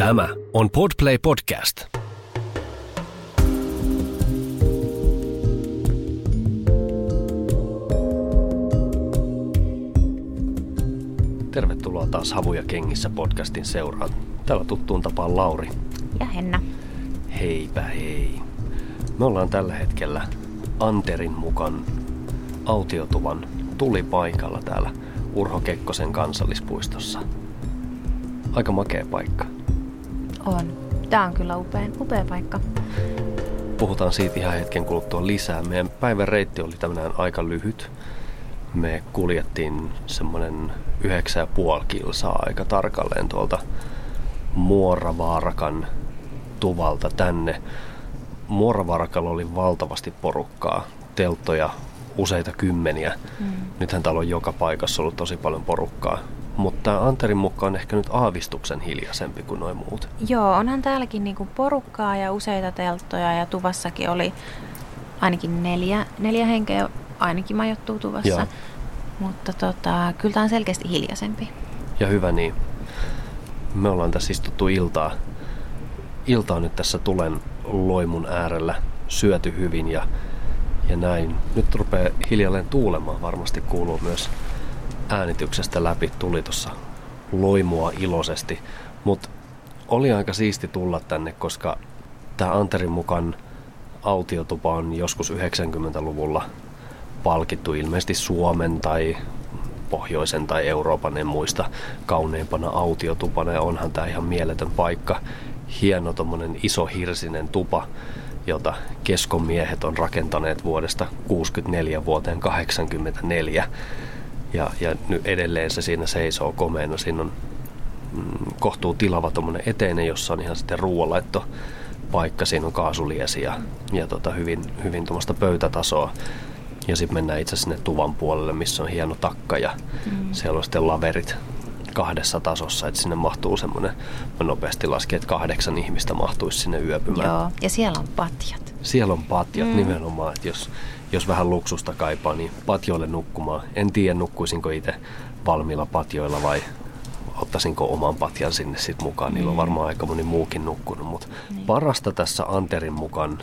Tämä on Podplay Podcast. Tervetuloa taas Havuja kengissä podcastin seuraan. Täällä tuttuun tapaan Lauri. Ja Henna. Heipä hei. Me ollaan tällä hetkellä Anterin mukaan autiotuvan tulipaikalla täällä Urho Kekkosen kansallispuistossa. Aika makea paikka. On. Tää on kyllä upea paikka. Puhutaan siitä ihan hetken kuluttua lisää. Meidän päivän reitti oli tämmöinen aika lyhyt. Me kuljettiin semmoinen 9,5 kilsaa aika tarkalleen tuolta Muoravaarakan tuvalta tänne. Muoravaarakalla oli valtavasti porukkaa, telttoja, useita kymmeniä. Nythän täällä on joka paikassa ollut tosi paljon porukkaa. Mutta Anterin mukaan on ehkä nyt aavistuksen hiljaisempi kuin nuo muut. Joo, onhan täälläkin niinku porukkaa ja useita telttoja ja tuvassakin oli ainakin neljä henkeä ainakin majoittuu tuvassa. Joo. Mutta kyllä tää on selkeästi hiljaisempi. Ja hyvä niin. Me ollaan tässä istuttu iltaa. Ilta on nyt tässä tulen loimun äärellä, syöty hyvin ja näin. Nyt rupeaa hiljalleen tuulemaan, varmasti kuuluu myös äänityksestä läpi, tuli tuossa loimua iloisesti. Mutta oli aika siisti tulla tänne, koska tämä Anterin mukaan autiotupa on joskus 90-luvulla palkittu ilmeisesti Suomen tai pohjoisen tai Euroopan, en muista, kauneimpana autiotupana. Ja onhan tämä ihan mieletön paikka. Hieno tommonen iso hirsinen tupa, jota keskomiehet on rakentaneet vuodesta 1964 vuoteen 1984. Ja nyt edelleen se siinä seisoo komeena. Siinä on kohtuu tilava tommonen eteinen, jossa on ihan sitten ruoanlaittopaikka. Siinä on kaasuliesi ja hyvin tuommoista pöytätasoa. Ja sitten mennään itse sinne tuvan puolelle, missä on hieno takka ja siellä on sitten laverit 2 tasossa, että sinne mahtuu semmoinen, mä nopeasti lasken, että 8 ihmistä mahtuisi sinne yöpymään. Joo, ja siellä on patjat. Siellä on patjat nimenomaan, että jos vähän luksusta kaipaa, niin patjoille nukkumaan. En tiedä, nukkuisinko itse valmiilla patjoilla vai ottaisinko oman patjan sinne sitten mukaan. Niillä on varmaan aika moni muukin nukkunut, mutta parasta tässä Anterin mukaan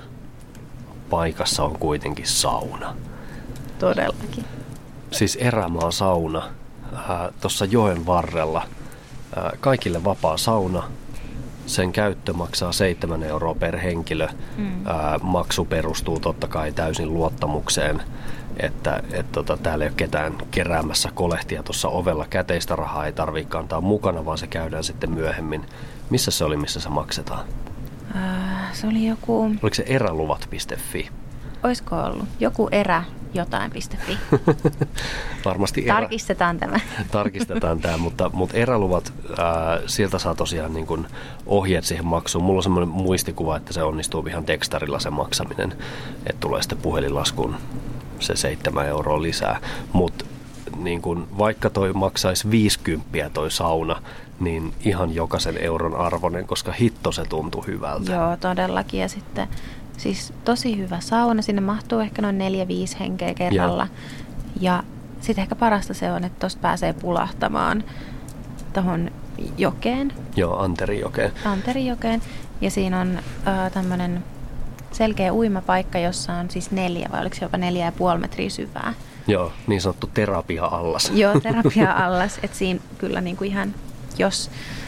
paikassa on kuitenkin sauna. Todellakin. Siis erämaa sauna tuossa joen varrella. Kaikille vapaa sauna. Sen käyttö maksaa 7 € per henkilö. Maksu perustuu totta kai täysin luottamukseen, että täällä ei ole ketään keräämässä kolehtia tuossa ovella. Käteistä rahaa ei tarvitse kantaa mukana, vaan se käydään sitten myöhemmin. Missä se oli, missä se maksetaan? Se oli joku... Oliko se eräluvat.fi? Oisko ollut? Joku jotain.fi. Varmasti Tarkistetaan tämä. Tarkistetaan tämä, mutta eräluvat, sieltä saa tosiaan niin kuin ohjeet siihen maksuun. Mulla on semmoinen muistikuva, että se onnistuu ihan tekstarilla se maksaminen, että tulee sitten puhelinlaskuun se 7 € lisää. Mutta niin kun, vaikka toi maksaisi 50 toi sauna, niin ihan jokaisen euron arvoinen, koska hitto se tuntui hyvältä. Joo, todellakin. Ja sitten siis tosi hyvä sauna. Sinne mahtuu ehkä noin 4-5 henkeä kerralla. Ja sitten ehkä parasta se on, että tuosta pääsee pulahtamaan tuohon jokeen. Joo, Anterijokeen. Anterijokeen. Ja siinä on tämmöinen selkeä uimapaikka, jossa on siis 4 vai oliko se jopa 4,5 metriä syvää. Joo, niin sanottu terapia-allas. Joo, terapia-allas. Että siinä kyllä niinku ihan, jos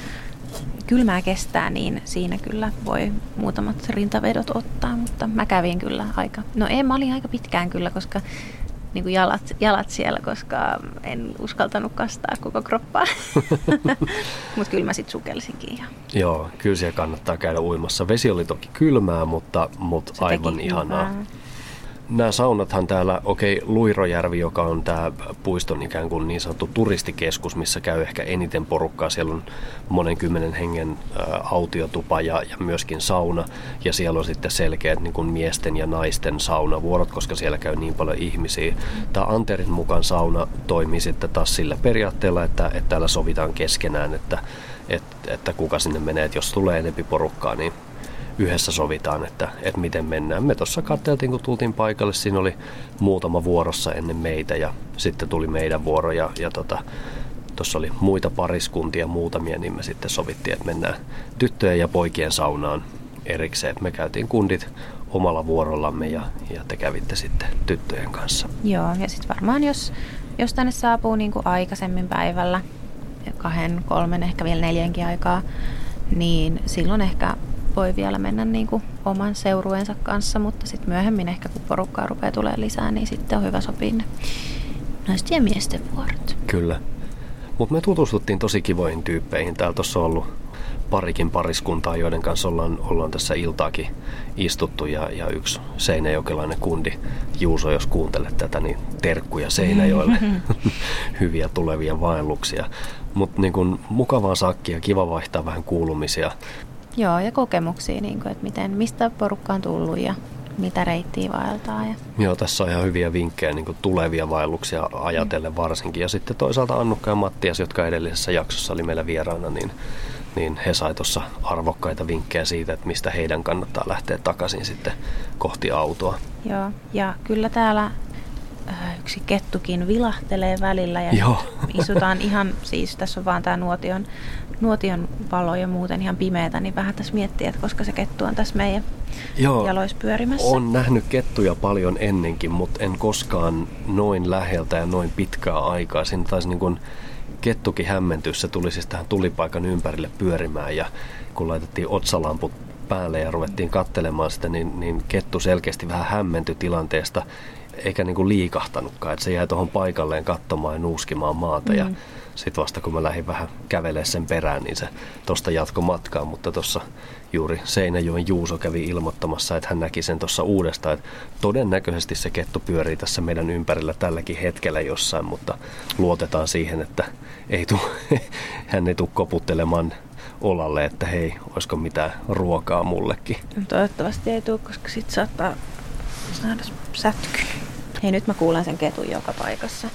kylmää kestää, niin siinä kyllä voi muutamat rintavedot ottaa, mutta mä kävin kyllä mä olin aika pitkään kyllä, koska niin jalat siellä, koska en uskaltanut kastaa koko kroppaa. Mutta kyllä mä sitten sukelsinkin ihan. Joo, kyllä siellä kannattaa käydä uimassa. Vesi oli toki kylmää, mutta aivan ihanaa. Nämä saunathan täällä, Luirojärvi, joka on tämä puiston ikään kuin niin sanottu turistikeskus, missä käy ehkä eniten porukkaa. Siellä on monen 10 hengen autiotupa ja myöskin sauna. Ja siellä on sitten selkeät niin kuin miesten ja naisten saunavuorot, koska siellä käy niin paljon ihmisiä. Tämä Anterin mukaan sauna toimii sitten taas sillä periaatteella, että täällä sovitaan keskenään, että kuka sinne menee. Että jos tulee enempi porukkaa, niin yhdessä sovitaan, että miten mennään. Me tuossa katseltiin, kun tultiin paikalle. Siinä oli muutama vuorossa ennen meitä ja sitten tuli meidän vuoro. Ja tuossa oli muita pariskuntia muutamia, niin me sitten sovittiin, että mennään tyttöjen ja poikien saunaan erikseen. Me käytiin kundit omalla vuorollamme ja te kävitte sitten tyttöjen kanssa. Joo, ja sitten varmaan jos tänne saapuu niin kuin aikaisemmin päivällä, 2, 3, ehkä vielä 4 aikaa, niin silloin ehkä voi vielä mennä niin kuin oman seurueensa kanssa, mutta sitten myöhemmin ehkä kun porukkaa rupeaa tulemaan lisää, niin sitten on hyvä sopia ne naisten ja miesten vuorot. Kyllä. Mutta me tutustuttiin tosi kivoihin tyyppeihin. Täällä tuossa on ollut parikin pariskuntaa, joiden kanssa ollaan tässä iltaakin istuttu ja yksi seinäjokelainen kundi. Juuso, jos kuuntelet tätä, niin terkkuja Seinäjoelle. Hyviä tulevia vaelluksia. Mutta niin mukavaa sakkia, kiva vaihtaa vähän kuulumisia. Joo, ja kokemuksia, niin kuin, että mistä porukka on tullut ja mitä reittiä vaeltaa. Joo, tässä on ihan hyviä vinkkejä niin kuin tulevia vaelluksia ajatellen varsinkin. Ja sitten toisaalta Annukka ja Mattias, jotka edellisessä jaksossa oli meillä vieraana, niin he sai tuossa arvokkaita vinkkejä siitä, että mistä heidän kannattaa lähteä takaisin sitten kohti autoa. Joo, ja kyllä täällä yksi kettukin vilahtelee välillä ja istutaan ihan, siis tässä on vaan tämä nuotion valo ja muuten ihan pimeätä, niin vähän tässä miettii, että koska se kettu on tässä meidän jaloissa pyörimässä. Olen nähnyt kettuja paljon ennenkin, mutta en koskaan noin läheltä ja noin pitkää aikaa. Siinä taisi niin kuin kettukin hämmentyä, se tuli siis tähän tulipaikan ympärille pyörimään ja kun laitettiin otsalamput päälle ja ruvettiin katselemaan sitä, niin kettu selkeästi vähän hämmentyi tilanteesta eikä niin kuin liikahtanutkaan, että se jäi tuohon paikalleen katsomaan ja nuuskimaan maata ja sitten vasta kun mä lähdin vähän kävelemään sen perään, niin se tosta jatkoi matkaa, mutta tuossa juuri Seinäjoen Juuso kävi ilmoittamassa, että hän näki sen tuossa uudestaan, että todennäköisesti se kettu pyörii tässä meidän ympärillä tälläkin hetkellä jossain, mutta luotetaan siihen, että hän ei tule koputtelemaan olalle, että hei, olisiko mitään ruokaa mullekin. Toivottavasti ei tule, koska sit saattaa saada sätky. Hei, nyt mä kuulen sen ketun joka paikassa.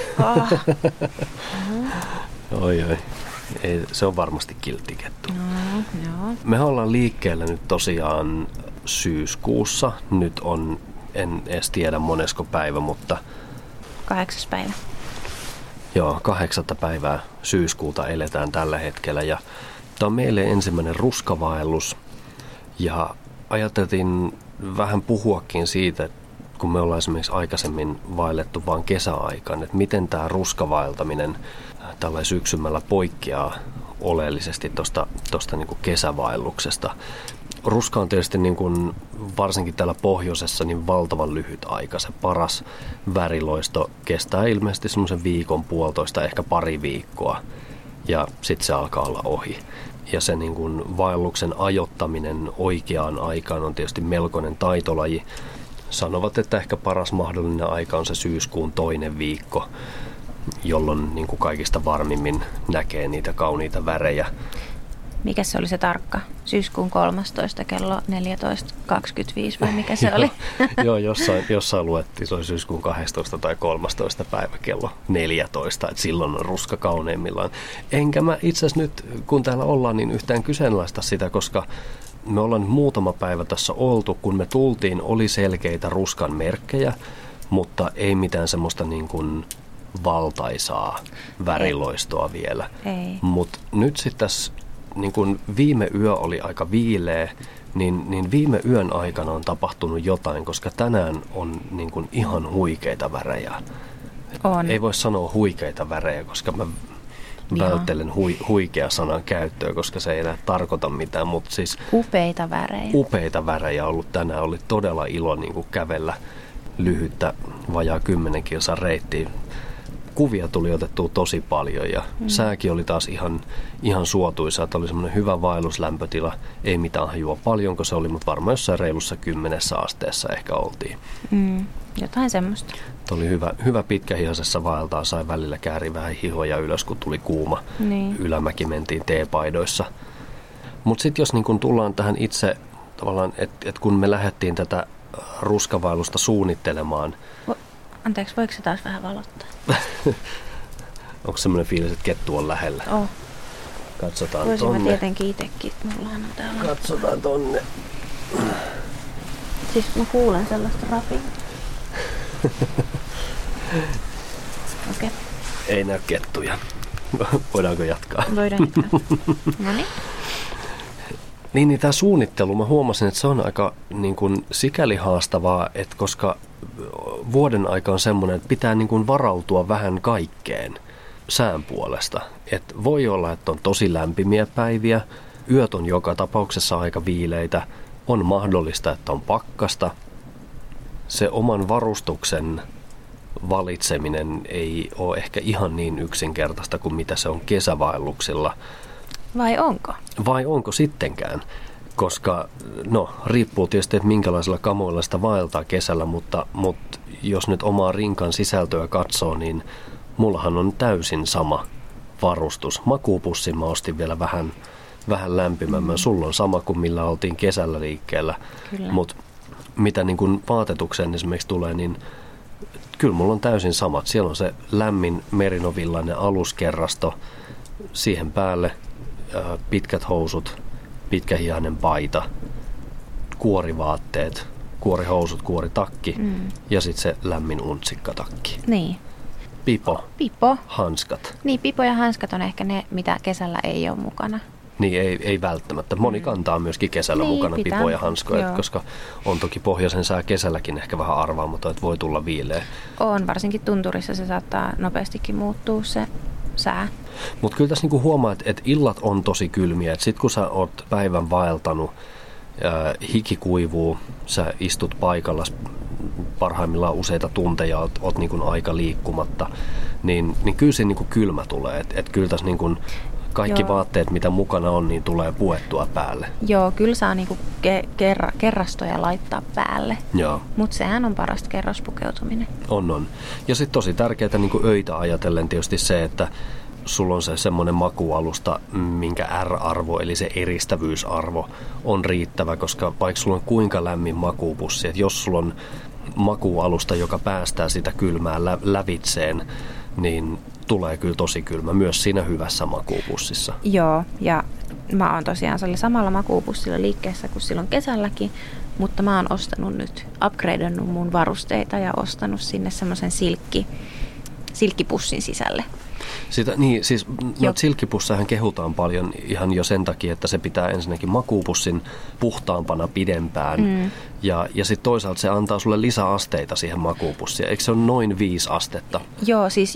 Oi. Ei, se on varmasti kiltti kettu. Joo. Me ollaan liikkeellä nyt tosiaan syyskuussa. Nyt on, en edes tiedä monesko päivä, mutta 8. päivä. Joo, 8. päivää syyskuuta eletään tällä hetkellä. Ja tämä on meille ensimmäinen ruskavaellus. Ja ajateltiin vähän puhuakin siitä, että kun me ollaan esimerkiksi aikaisemmin vaellettu vaan kesäaikaan, että miten tämä ruskavaeltaminen tällä syksymällä poikkeaa oleellisesti tuosta niin kuin kesävaelluksesta. Ruska on tietysti niin kuin, varsinkin täällä pohjoisessa niin valtavan lyhyt aika. Se paras väriloisto kestää ilmeisesti semmoisen viikon, puolitoista, ehkä pari viikkoa ja sitten se alkaa olla ohi. Ja se niin kuin vaelluksen ajoittaminen oikeaan aikaan on tietysti melkoinen taitolaji. Sanovat, että ehkä paras mahdollinen aika on se syyskuun 2. viikko, jolloin niin kuin kaikista varmimmin näkee niitä kauniita värejä. Mikä se oli se tarkka? Syyskuun 13. kello 14.25 vai mikä se oli? Joo, jossain luettiin, se oli syyskuun 12. tai 13. päivä kello 14, että silloin on ruska kauneimmillaan. Enkä mä itse asiassa nyt, kun täällä ollaan, niin yhtään kyseenalaista sitä, koska me ollaan nyt muutama päivä tässä oltu, kun me tultiin, oli selkeitä ruskan merkkejä, mutta ei mitään semmoista niin kuin valtaisaa väriloistoa vielä. Mutta nyt sitten tässä, niin kun viime yö oli aika viileä, niin viime yön aikana on tapahtunut jotain, koska tänään on niin kun ihan huikeita värejä. On. Ei voi sanoa huikeita värejä, koska mä välttelen huikea sanan käyttöä, koska se ei enää tarkoita mitään. Mutta siis upeita värejä. Upeita värejä ollut tänään. Oli todella ilo niin kun kävellä lyhyttä vajaa 10 kilsan reittiä. Kuvia tuli otettua tosi paljon ja sääkin oli taas ihan suotuisa. Tämä oli semmoinen hyvä vaelluslämpötila. Ei mitään hajua paljonko se oli, mutta varmaan jossain reilussa 10 asteessa ehkä oltiin. Jotain semmoista. Tämä oli hyvä pitkähihaisessa vaeltaa. Sai välillä kääri vähän hihoja ylös, kun tuli kuuma. Ylämäki mentiin teepaidoissa. Mutta sitten jos niin kun tullaan tähän itse tavallaan, että kun me lähdettiin tätä ruskavaellusta suunnittelemaan. Anteeksi, voiko se taas vähän valottaa? Onko semmoinen fiilis, että kettu on lähellä? Katsotaan voisin tonne. Voisin mä tietenkin itsekin. Mullahan on täällä. Katsotaan tonne. Siis mä kuulen sellaista rapia. Okei. Ei näy kettuja. Voidaanko jatkaa? Voidaan jatkaa. No Niin tämä suunnittelu, mä huomasin, että se on aika niin kuin sikäli haastavaa, että koska vuoden aika on semmoinen, että pitää niin kuin varautua vähän kaikkeen sään puolesta. Et voi olla, että on tosi lämpimiä päiviä, yöt on joka tapauksessa aika viileitä, on mahdollista, että on pakkasta. Se oman varustuksen valitseminen ei ole ehkä ihan niin yksinkertaista kuin mitä se on kesävaelluksilla. Vai onko sittenkään? Koska, riippuu tietysti, että minkälaisilla kamoilla sitä vaeltaa kesällä, mutta jos nyt omaa rinkan sisältöä katsoo, niin mullahan on täysin sama varustus. Makuupussin mä ostin vielä vähän lämpimämmän. Sulla on sama kuin millä oltiin kesällä liikkeellä. Mutta mitä niin kun vaatetukseen esimerkiksi tulee, niin kyllä mulla on täysin samat. Siellä on se lämmin merinovillainen aluskerrasto, siihen päälle pitkät housut, pitkähihainen paita, kuorivaatteet, kuorihousut, kuoritakki ja sitten se lämmin untsikkatakki. Niin. Pipo. Hanskat. Niin, pipo ja hanskat on ehkä ne, mitä kesällä ei ole mukana. Niin, ei välttämättä. Moni kantaa myöskin kesällä mukana pipoja ja hanskoja, koska on toki pohjoisen sää kesälläkin ehkä vähän arvaamaton, että voi tulla viileä. On, varsinkin tunturissa se saattaa nopeastikin muuttua se sää. Mutta kyllä tässä niinku huomaa, että illat on tosi kylmiä. Sitten kun sä oot päivän vaeltanut, hiki kuivuu, sä istut paikalla parhaimmillaan useita tunteja, oot niinku aika liikkumatta, niin kyllä se niinku kylmä tulee. Et kyllä tässä niinku kaikki vaatteet, mitä mukana on, niin tulee puettua päälle. Joo, kyllä saa niinku kerrastoja laittaa päälle. Mutta sehän on parasta kerrospukeutuminen. On. Ja sitten tosi tärkeää niinku öitä ajatellen tietysti se, että sulla on se semmoinen makualusta, minkä R-arvo, eli se eristävyysarvo, on riittävä, koska vaikka sulla on kuinka lämmin makuupussi, että jos sulla on makualusta, joka päästää sitä kylmää lävitseen, niin tulee kyllä tosi kylmä myös siinä hyvässä makuupussissa. Joo, ja mä oon tosiaan samalla makuupussilla liikkeessä kuin silloin kesälläkin, mutta mä oon ostanut nyt, upgradeannut mun varusteita ja ostanut sinne semmoisen silkkipussin sisälle. Siis silkkipussahan kehutaan paljon ihan jo sen takia, että se pitää ensinnäkin makuupussin puhtaampana pidempään. Ja sitten toisaalta se antaa sulle lisäasteita siihen makuupussiin. Eikö se ole noin 5 astetta? Joo, siis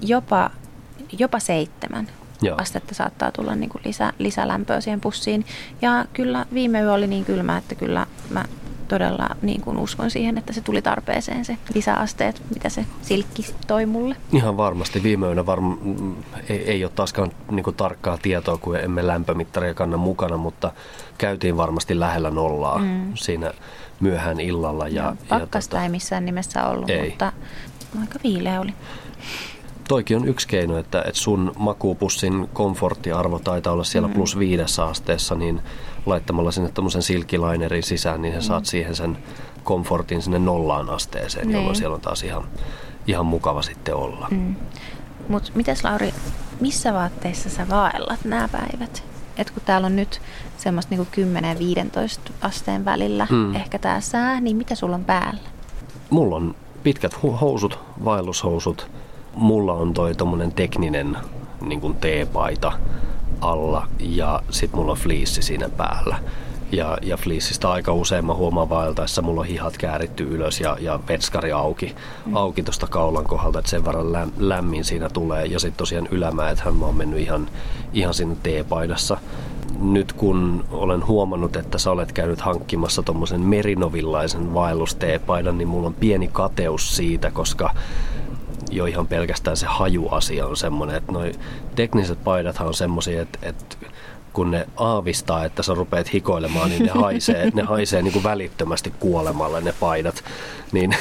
jopa 7 astetta saattaa tulla niin kuin lisälämpöä siihen pussiin. Ja kyllä viime yö oli niin kylmä, että kyllä mä todella niin kuin uskon siihen, että se tuli tarpeeseen se lisäasteet, mitä se silkki toi mulle. Ihan varmasti. Viime yönä ei ole taaskaan niin kuin tarkkaa tietoa, kun emme lämpömittaria kanna mukana, mutta käytiin varmasti lähellä nollaa siinä myöhään illalla. Pakkasta ei missään nimessä ollut, mutta aika viileä oli. Toikin on yksi keino, että sun makuupussin komforttiarvo taitaa olla siellä +5 asteessa, niin laittamalla sinne tämmöisen silkkilainerin sisään, niin sä saat siihen sen komfortin sinne 0 asteeseen, jolloin siellä on taas ihan mukava sitten olla. Mutta mites Lauri, missä vaatteissa sä vaellat nämä päivät? Et kun täällä on nyt semmoista niinku 10-15 asteen välillä ehkä tää sää, niin mitä sulla on päällä? Mulla on pitkät housut, vaellushousut. Mulla on toi tommonen tekninen niin kuin teepaita alla ja sit mulla on fleece siinä päällä. Ja fleeceistä aika usein mä huomaan vaeltaessa, mulla on hihat kääritty ylös ja vetskari auki tosta kaulan kohdalta, että sen verran lämmin siinä tulee. Ja sit tosiaan ylämäethän mä oon mennyt ihan siinä teepaidassa. Nyt kun olen huomannut, että sä olet käynyt hankkimassa tommosen merinovillaisen vaellusteepaidan, niin mulla on pieni kateus siitä, koska jo ihan pelkästään se hajuasia on semmoinen, että noi tekniset paidathan on semmoisia, että kun ne aavistaa, että sä rupeat hikoilemaan, niin ne haisee niin kuin välittömästi kuolemalle ne paidat. Niin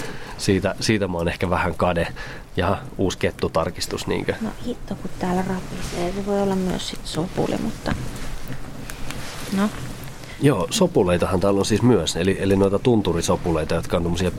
siitä mä oon ehkä vähän kade. Ja uusi kettutarkistus, niinkö? No hitto, kun täällä rapisee. Se voi olla myös sit sopuli, mutta no. Joo, sopuleitahan täällä on siis myös. Eli noita tunturisopuleita, jotka on tommosia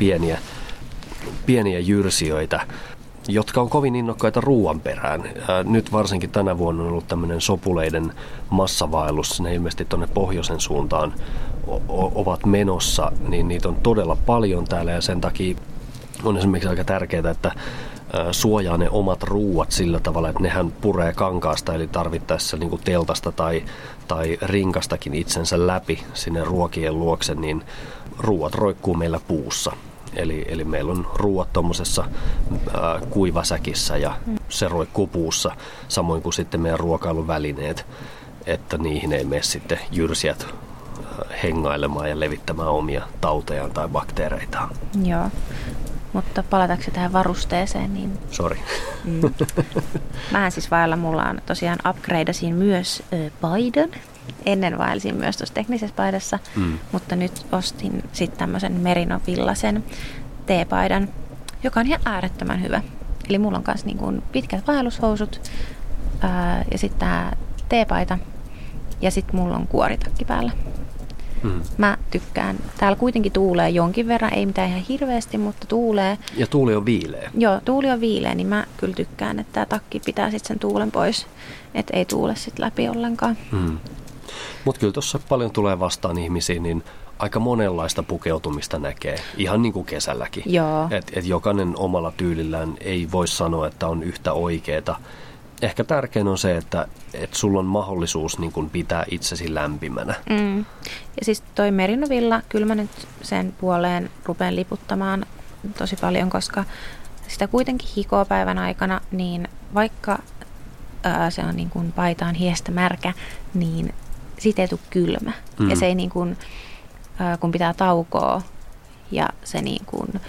pieniä jyrsijöitä, jotka on kovin innokkaita ruoan perään. Nyt varsinkin tänä vuonna on ollut tämmöinen sopuleiden massavaellus. Ne ilmeisesti tuonne pohjoisen suuntaan ovat menossa, niin niitä on todella paljon täällä ja sen takia on esimerkiksi aika tärkeää, että suojaa ne omat ruuat sillä tavalla, että nehän puree kankaasta, eli tarvittaessa niin kuin teltasta tai rinkastakin itsensä läpi sinne ruokien luokse, niin ruuat roikkuu meillä puussa. Eli meillä on ruuat tuommoisessa kuivasäkissä ja se roikkuu puussa, samoin kuin sitten meidän ruokailuvälineet, että niihin ei mene sitten jyrsijät hengailemaan ja levittämään omia tautejaan tai bakteereitaan. Joo, mutta palataanko tähän varusteeseen? Niin... Sori. Mähän siis vailla, mulla on tosiaan upgradeasin myös paidan. Ennen vaelsin myös tuossa teknisessä paidassa, mutta nyt ostin sitten tämmöisen merinovillasen teepaidan, joka on ihan äärettömän hyvä. Eli mulla on myös niin pitkät vaellushousut ja sitten tämä teepaita ja sitten mulla on kuoritakki päällä. Mä tykkään. Täällä kuitenkin tuulee jonkin verran, ei mitään ihan hirveästi, mutta tuulee. Ja tuuli on viileä. Joo, tuuli on viileä, niin mä kyllä tykkään, että tämä takki pitää sitten sen tuulen pois, että ei tuule sitten läpi ollenkaan. Mutta kyllä tuossa paljon tulee vastaan ihmisiä, niin aika monenlaista pukeutumista näkee, ihan niin kuin kesälläkin. Et jokainen omalla tyylillään ei voi sanoa, että on yhtä oikeeta. Ehkä tärkein on se, että sulla on mahdollisuus niin kuin pitää itsesi lämpimänä. Ja siis toi merinovilla, kyllä mä nyt sen puoleen rupean liputtamaan tosi paljon, koska sitä kuitenkin hikoo päivän aikana, niin vaikka se on niin kuin paitaan hiestä märkä, niin siitä ei tule kylmä. Ja se ei niin kuin, kun pitää taukoa ja se niin kuin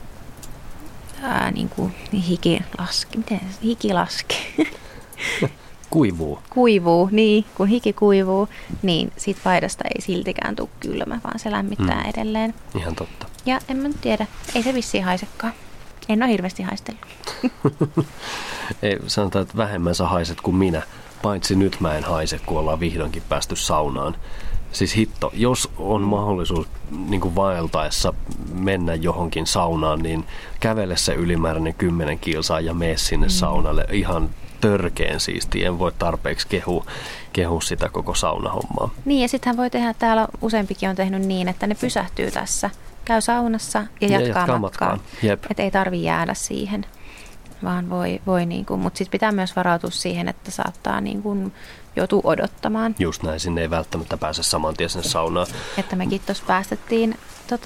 hiki laski. Kuivuu, niin. Kun hiki kuivuu, niin siitä paidasta ei siltikään tule kylmä, vaan se lämmittää edelleen. Ihan totta. Ja en mä nyt tiedä, ei se vissiin haisekaan. En ole hirveästi haistellut. Ei, sanotaan, että vähemmän sä haiset kuin minä. Paitsi nyt mä en haise, kun ollaan vihdoinkin päästy saunaan. Siis hitto, jos on mahdollisuus niin kuin vaeltaessa mennä johonkin saunaan, niin kävele se ylimääräinen 10 kilsaa ja mene sinne saunalle. Ihan törkeen siistiä. En voi tarpeeksi kehua sitä koko saunahommaa. Niin, ja sittenhän voi tehdä, täällä useampikin on tehnyt niin, että ne pysähtyy tässä. Käy saunassa ja jatkaa matkaa. Että ei tarvitse jäädä siihen, vaan voi niin kuin, mutta sitten pitää myös varautua siihen, että saattaa niin kuin joutua odottamaan. Just näin, sinne ei välttämättä pääse saman tien sinne saunaan. Että mekin tuossa päästettiin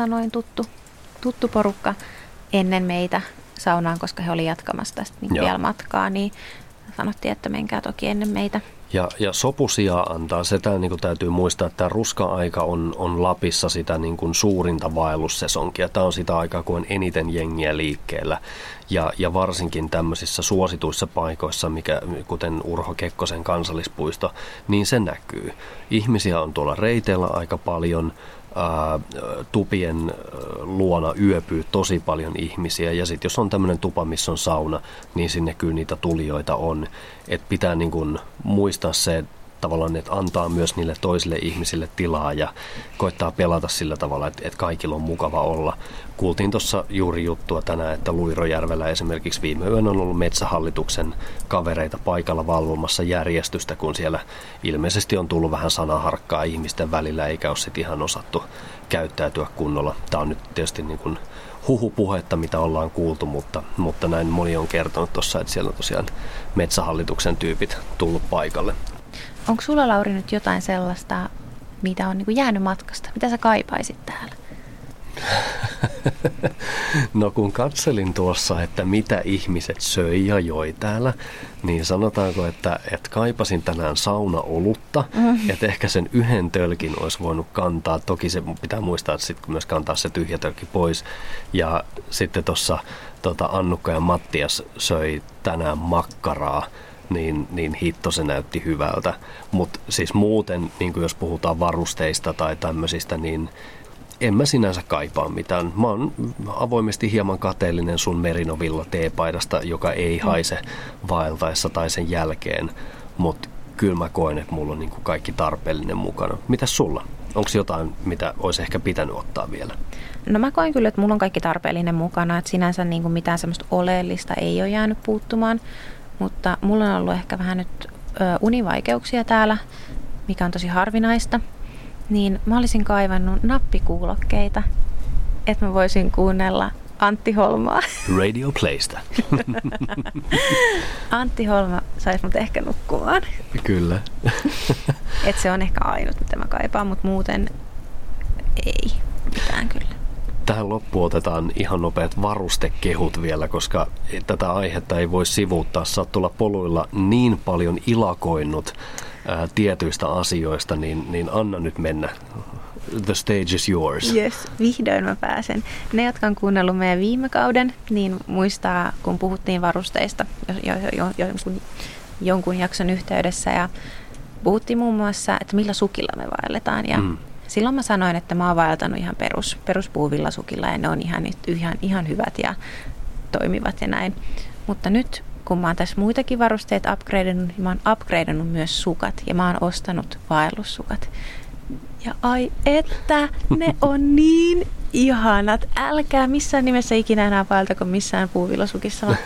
tuttu porukka ennen meitä saunaan, koska he oli jatkamassa tästä niin vielä matkaa, niin sanottiin, että menkää toki ennen meitä. Ja sopusijaa antaa. Se niin kuin täytyy muistaa, että tämä ruska-aika on Lapissa sitä niin kuin suurinta vaellussesonkia. Tämä on sitä aikaa, kun on eniten jengiä liikkeellä. Ja varsinkin tämmöisissä suosituissa paikoissa, kuten Urho Kekkosen kansallispuisto, niin se näkyy. Ihmisiä on tuolla reiteillä aika paljon. Tupien luona yöpyy tosi paljon ihmisiä ja sitten jos on tämmöinen tupa, missä on sauna, niin sinne kyllä niitä tulijoita on. Et pitää niin kun muistaa se tavallaan, että antaa myös niille toisille ihmisille tilaa ja koittaa pelata sillä tavalla, että kaikilla on mukava olla. Kuultiin tuossa juuri juttua tänään, että Luirojärvellä esimerkiksi viime yönä on ollut Metsähallituksen kavereita paikalla valvomassa järjestystä, kun siellä ilmeisesti on tullut vähän sanaharkkaa ihmisten välillä, eikä ole sitten ihan osattu käyttäytyä kunnolla. Tämä on nyt tietysti niin kuin huhupuhetta, mitä ollaan kuultu, mutta näin moni on kertonut tuossa, että siellä on tosiaan Metsähallituksen tyypit tullut paikalle. Onko sulla, Lauri, nyt jotain sellaista, mitä on niin kuin jäänyt matkasta? Mitä sä kaipaisit täällä? No kun katselin tuossa, että mitä ihmiset söi ja joi täällä, niin sanotaanko, että kaipasin tänään saunaolutta, että ehkä sen yhden tölkin olisi voinut kantaa. Toki se pitää muistaa, että sitten myös kantaa se tyhjä tölkki pois. Ja sitten tuossa Annukka ja Mattias söi tänään makkaraa. Niin hitto se näytti hyvältä. Mutta siis muuten, niin jos puhutaan varusteista tai tämmöisistä, niin en mä sinänsä kaipaa mitään. Mä oon avoimesti hieman kateellinen sun Merinovilla teepaidasta, joka ei haise vaeltaessa tai sen jälkeen. Mutta kyllä mä koen, että mulla on niin kuin kaikki tarpeellinen mukana. Mitäs sulla? Onko jotain, mitä olisi ehkä pitänyt ottaa vielä? No mä koen kyllä, että mulla on kaikki tarpeellinen mukana. Että sinänsä niin kuin mitään semmoista oleellista ei ole jäänyt puuttumaan. Mutta mulla on ollut ehkä vähän nyt univaikeuksia täällä, mikä on tosi harvinaista. Niin mä olisin kaivannut nappikuulokkeita, että mä voisin kuunnella Antti Holmaa. Radio Playsta. Antti Holma saisi mut ehkä nukkumaan. Kyllä. Et se on ehkä ainut, mitä mä kaipaan, mutta muuten ei mitään kyllä. Tähän loppuun otetaan ihan nopeat varustekehut vielä, koska tätä aihetta ei voi sivuuttaa. Sä oot tuolla poluilla niin paljon ilakoinnut tietyistä asioista, niin anna nyt mennä. The stage is yours. Yes, vihdoin mä pääsen. Ne, jotka on kuunnellut meidän viime kauden, niin muistaa, kun puhuttiin varusteista jonkun jakson yhteydessä ja puhuttiin muun muassa, että millä sukilla me vaelletaan. Ja silloin mä sanoin, että mä oon vaeltanut ihan peruspuuvillasukilla ja ne on ihan hyvät ja toimivat ja näin. Mutta nyt, kun mä oon tässä muitakin varusteita upgradeannut, niin mä oon upgradeannut myös sukat ja mä oon ostanut vaellussukat. Ja ai että, ne on niin ihanat. Älkää missään nimessä ikinä enää vaeltako missään puuvillasukissa, vaan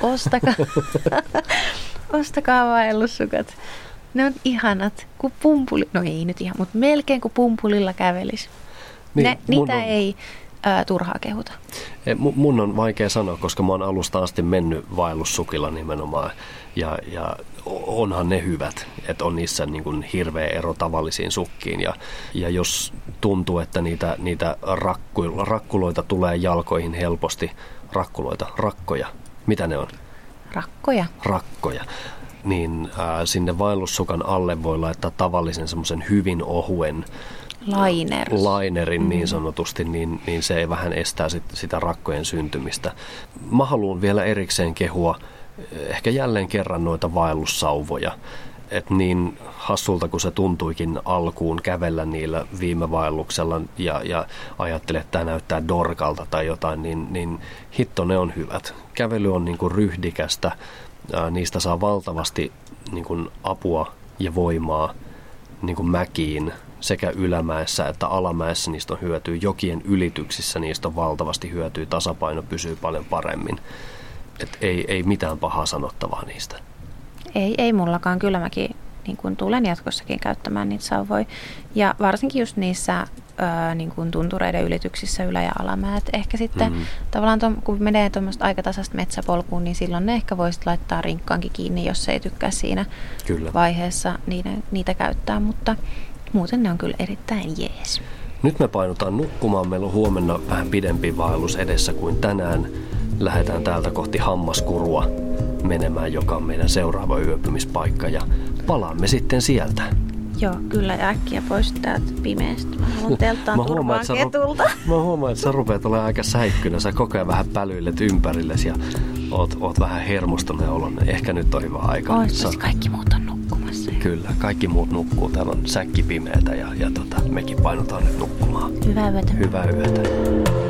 ostakaa vaellussukat. Ne on ihanat, kuin pumpuli, no ei nyt ihan, mutta melkein kuin pumpulilla kävelisi. Niin, niitä ei turhaa kehuta. Mun on vaikea sanoa, koska mä oon alusta asti mennyt vaellussukilla nimenomaan. Ja onhan ne hyvät, että on niissä niin kuin hirveä ero tavallisiin sukkiin. Ja jos tuntuu, että niitä rakkuloita tulee jalkoihin helposti, rakkoja, mitä ne on? Rakkoja. Niin sinne vaellussukan alle voi laittaa tavallisen semmoisen hyvin ohuen lainerin niin sanotusti, niin se ei vähän estää sitä rakkojen syntymistä. Mä haluan vielä erikseen kehua ehkä jälleen kerran noita vaellussauvoja. Et niin hassulta kuin se tuntuikin alkuun kävellä niillä viime vaelluksella ja ajattelee, että tämä näyttää dorkalta tai jotain, niin hitto ne on hyvät. Kävely on niin kuin ryhdikästä, niistä saa valtavasti niin kuin apua ja voimaa niin kuin mäkiin. Sekä ylämäessä että alamäessä niistä on hyötyä. Jokien ylityksissä niistä on valtavasti hyötyä. Tasapaino pysyy paljon paremmin. Et ei mitään pahaa sanottavaa niistä. Ei mullakaan. Kyllä mäkin niin kun tulen jatkossakin käyttämään niitä sauvoja. Ja varsinkin just niissä niin kun tuntureiden ylityksissä ylä- ja alamäät. Ehkä sitten tavallaan kun menee tuommoista aikatasaista metsäpolkuun, niin silloin ne ehkä voisit laittaa rinkkaankin kiinni, jos ei tykkää siinä vaiheessa niitä käyttää. Mutta muuten ne on kyllä erittäin jees. Nyt me painutaan nukkumaan. Meillä on huomenna vähän pidempi vaellus edessä kuin tänään. Lähdetään täältä kohti Hammaskurua menemään, joka on meidän seuraava yöpymispaikka. Ja palaamme sitten sieltä. Joo, kyllä äkkiä pois täältä pimeästä. Mä haluan telttaan turvaa ketulta. Mä huomaan, että sä rupeat olemaan aika säikkynä. Sä koko ajan vähän pälyilet ympärillesi ja oot vähän hermostuneen oloinen. Ehkä nyt on hyvä aika. Kaikki muut on nukkumassa. Kyllä, kaikki muut nukkuu. Täällä on säkki pimeätä ja mekin painutaan nyt nukkumaan. Hyvää yötä. Hyvää yötä.